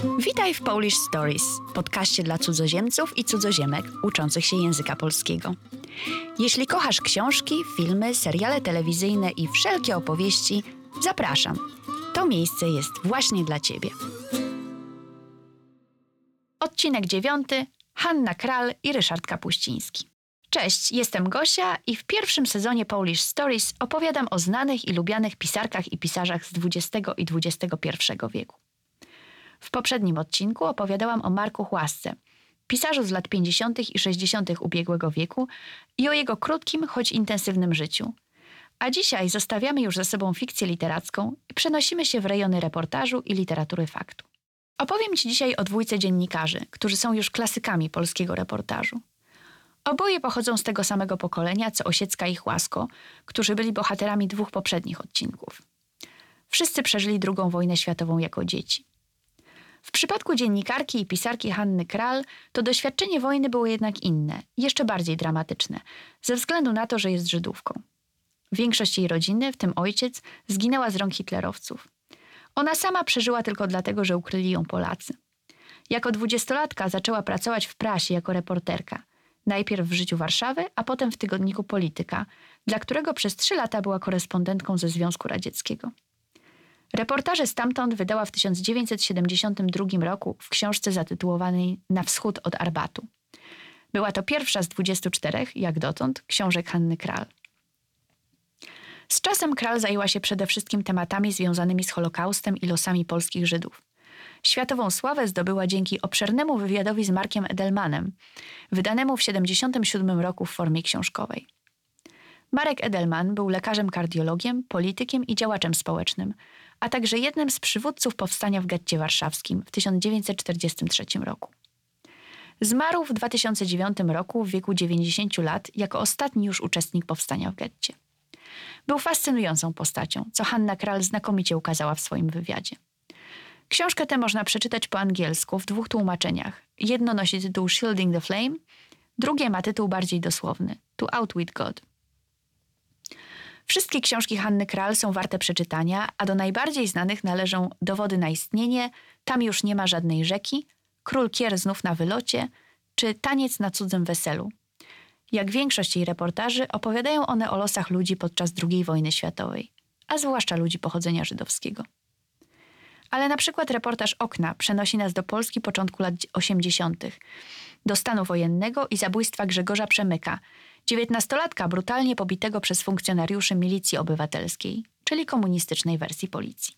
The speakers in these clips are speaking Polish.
Witaj w Polish Stories, podcaście dla cudzoziemców i cudzoziemek uczących się języka polskiego. Jeśli kochasz książki, filmy, seriale telewizyjne i wszelkie opowieści, zapraszam. To miejsce jest właśnie dla Ciebie. Odcinek 9. Hanna Kral i Ryszard Kapuściński. Cześć, jestem Gosia i w pierwszym sezonie Polish Stories opowiadam o znanych i lubianych pisarkach i pisarzach z XX i XXI wieku. W poprzednim odcinku opowiadałam o Marku Chłasce, pisarzu z lat 50. i 60. ubiegłego wieku i o jego krótkim, choć intensywnym życiu. A dzisiaj zostawiamy już za sobą fikcję literacką i przenosimy się w rejony reportażu i literatury faktu. Opowiem Ci dzisiaj o dwójce dziennikarzy, którzy są już klasykami polskiego reportażu. Oboje pochodzą z tego samego pokolenia, co Osiecka i Chłasko, którzy byli bohaterami dwóch poprzednich odcinków. Wszyscy przeżyli II wojnę światową jako dzieci. W przypadku dziennikarki i pisarki Hanny Kral to doświadczenie wojny było jednak inne, jeszcze bardziej dramatyczne, ze względu na to, że jest Żydówką. Większość jej rodziny, w tym ojciec, zginęła z rąk hitlerowców. Ona sama przeżyła tylko dlatego, że ukryli ją Polacy. Jako 20-latka zaczęła pracować w prasie jako reporterka. Najpierw w Życiu Warszawy, a potem w tygodniku Polityka, dla którego przez 3 lata była korespondentką ze Związku Radzieckiego. Reportaże stamtąd wydała w 1972 roku w książce zatytułowanej Na wschód od Arbatu. Była to pierwsza z 24, jak dotąd, książek Hanny Kral. Z czasem Kral zajęła się przede wszystkim tematami związanymi z Holokaustem i losami polskich Żydów. Światową sławę zdobyła dzięki obszernemu wywiadowi z Markiem Edelmanem, wydanemu w 1977 roku w formie książkowej. Marek Edelman był lekarzem kardiologiem, politykiem i działaczem społecznym, a także jednym z przywódców powstania w getcie warszawskim w 1943 roku. Zmarł w 2009 roku w wieku 90 lat jako ostatni już uczestnik powstania w getcie. Był fascynującą postacią, co Hanna Kral znakomicie ukazała w swoim wywiadzie. Książkę tę można przeczytać po angielsku w 2 tłumaczeniach. Jedno nosi tytuł Shielding the Flame, drugie ma tytuł bardziej dosłowny To Out with God. Wszystkie książki Hanny Kral są warte przeczytania, a do najbardziej znanych należą Dowody na istnienie, Tam już nie ma żadnej rzeki, Król Kier znów na wylocie czy Taniec na cudzym weselu. Jak większość jej reportaży, opowiadają one o losach ludzi podczas II wojny światowej, a zwłaszcza ludzi pochodzenia żydowskiego. Ale na przykład reportaż Okna przenosi nas do Polski początku lat 80., do stanu wojennego i zabójstwa Grzegorza Przemyka, 19-latka brutalnie pobitego przez funkcjonariuszy milicji obywatelskiej, czyli komunistycznej wersji policji.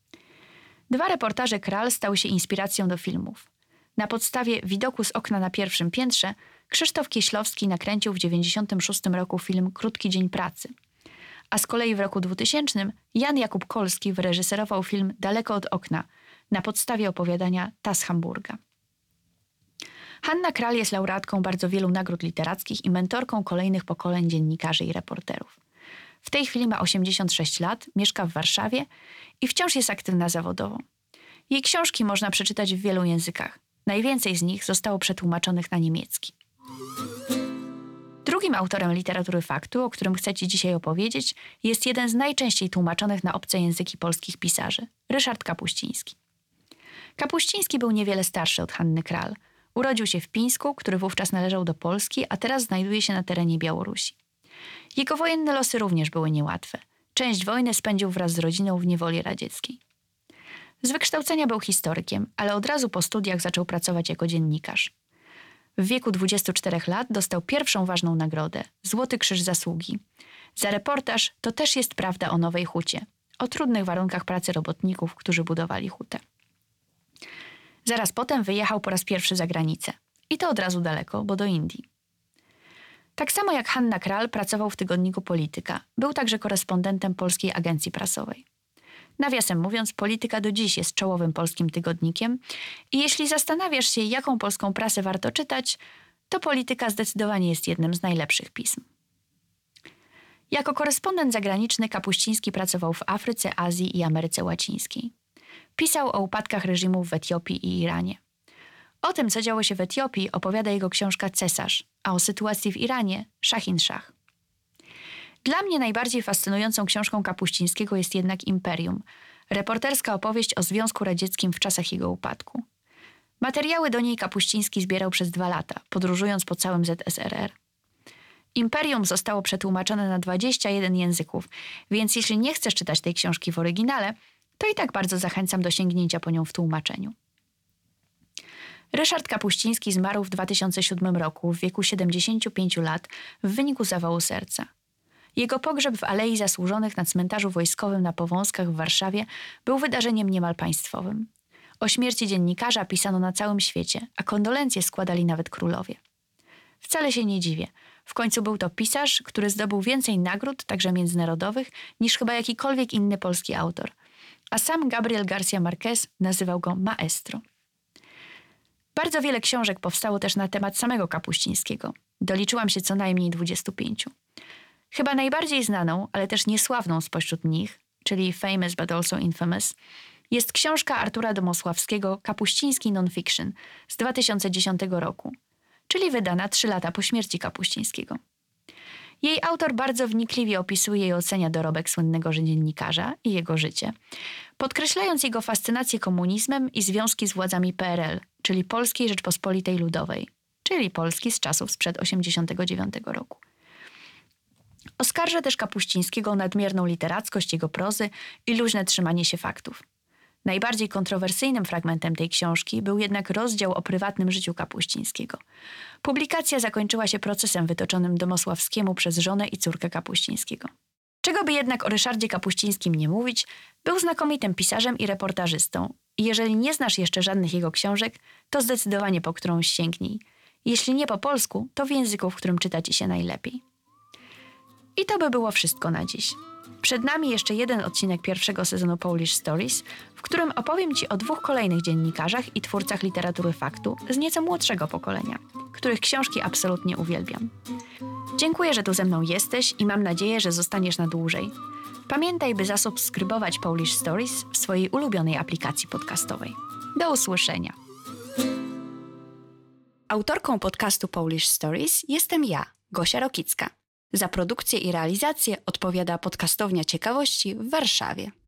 2 reportaże Kral stały się inspiracją do filmów. Na podstawie Widoku z okna na pierwszym piętrze Krzysztof Kieślowski nakręcił w 1996 roku film Krótki dzień pracy. A z kolei w roku 2000 Jan Jakub Kolski wyreżyserował film Daleko od okna na podstawie opowiadania Ta z Hamburga. Hanna Kral jest laureatką bardzo wielu nagród literackich i mentorką kolejnych pokoleń dziennikarzy i reporterów. W tej chwili ma 86 lat, mieszka w Warszawie i wciąż jest aktywna zawodowo. Jej książki można przeczytać w wielu językach. Najwięcej z nich zostało przetłumaczonych na niemiecki. Drugim autorem literatury faktu, o którym chcę Ci dzisiaj opowiedzieć, jest jeden z najczęściej tłumaczonych na obce języki polskich pisarzy – Ryszard Kapuściński. Kapuściński był niewiele starszy od Hanny Kral. Urodził się w Pińsku, który wówczas należał do Polski, a teraz znajduje się na terenie Białorusi. Jego wojenne losy również były niełatwe. Część wojny spędził wraz z rodziną w niewoli radzieckiej. Z wykształcenia był historykiem, ale od razu po studiach zaczął pracować jako dziennikarz. W wieku 24 lat dostał pierwszą ważną nagrodę – Złoty Krzyż Zasługi. Za reportaż To też jest prawda o Nowej Hucie, o trudnych warunkach pracy robotników, którzy budowali hutę. Zaraz potem wyjechał po raz pierwszy za granicę. I to od razu daleko, bo do Indii. Tak samo jak Hanna Kral pracował w tygodniku Polityka. Był także korespondentem Polskiej Agencji Prasowej. Nawiasem mówiąc, Polityka do dziś jest czołowym polskim tygodnikiem i jeśli zastanawiasz się, jaką polską prasę warto czytać, to Polityka zdecydowanie jest jednym z najlepszych pism. Jako korespondent zagraniczny Kapuściński pracował w Afryce, Azji i Ameryce Łacińskiej. Pisał o upadkach reżimów w Etiopii i Iranie. O tym, co działo się w Etiopii, opowiada jego książka Cesarz, a o sytuacji w Iranie Szachin Szach. Dla mnie najbardziej fascynującą książką Kapuścińskiego jest jednak Imperium, Reporterska opowieść o Związku Radzieckim w czasach jego upadku. Materiały do niej Kapuściński zbierał przez 2 lata, podróżując po całym ZSRR. Imperium zostało przetłumaczone na 21 języków, więc jeśli nie chcesz czytać tej książki w oryginale, to i tak bardzo zachęcam do sięgnięcia po nią w tłumaczeniu. Ryszard Kapuściński zmarł w 2007 roku w wieku 75 lat w wyniku zawału serca. Jego pogrzeb w Alei Zasłużonych na cmentarzu wojskowym na Powązkach w Warszawie był wydarzeniem niemal państwowym. O śmierci dziennikarza pisano na całym świecie, a kondolencje składali nawet królowie. Wcale się nie dziwię. W końcu był to pisarz, który zdobył więcej nagród, także międzynarodowych, niż chyba jakikolwiek inny polski autor. A sam Gabriel García Márquez nazywał go maestro. Bardzo wiele książek powstało też na temat samego Kapuścińskiego. Doliczyłam się co najmniej 25. Chyba najbardziej znaną, ale też niesławną spośród nich, czyli Famous but also Infamous, jest książka Artura Domosławskiego Kapuściński Non-Fiction z 2010 roku, czyli wydana 3 lata po śmierci Kapuścińskiego. Jej autor bardzo wnikliwie opisuje i ocenia dorobek słynnego dziennikarza i jego życie, podkreślając jego fascynację komunizmem i związki z władzami PRL, czyli Polskiej Rzeczpospolitej Ludowej, czyli Polski z czasów sprzed 1989 roku. Oskarża też Kapuścińskiego o nadmierną literackość jego prozy i luźne trzymanie się faktów. Najbardziej kontrowersyjnym fragmentem tej książki był jednak rozdział o prywatnym życiu Kapuścińskiego. Publikacja zakończyła się procesem wytoczonym Domosławskiemu przez żonę i córkę Kapuścińskiego. Czego by jednak o Ryszardzie Kapuścińskim nie mówić, był znakomitym pisarzem i reportażystą. I jeżeli nie znasz jeszcze żadnych jego książek, to zdecydowanie po którąś sięgnij. Jeśli nie po polsku, to w języku, w którym czyta ci się najlepiej. I to by było wszystko na dziś. Przed nami jeszcze jeden odcinek pierwszego sezonu Polish Stories, w którym opowiem Ci o 2 kolejnych dziennikarzach i twórcach literatury faktu z nieco młodszego pokolenia, których książki absolutnie uwielbiam. Dziękuję, że tu ze mną jesteś i mam nadzieję, że zostaniesz na dłużej. Pamiętaj, by zasubskrybować Polish Stories w swojej ulubionej aplikacji podcastowej. Do usłyszenia. Autorką podcastu Polish Stories jestem ja, Gosia Rokicka. Za produkcję i realizację odpowiada Podcastownia Ciekawości w Warszawie.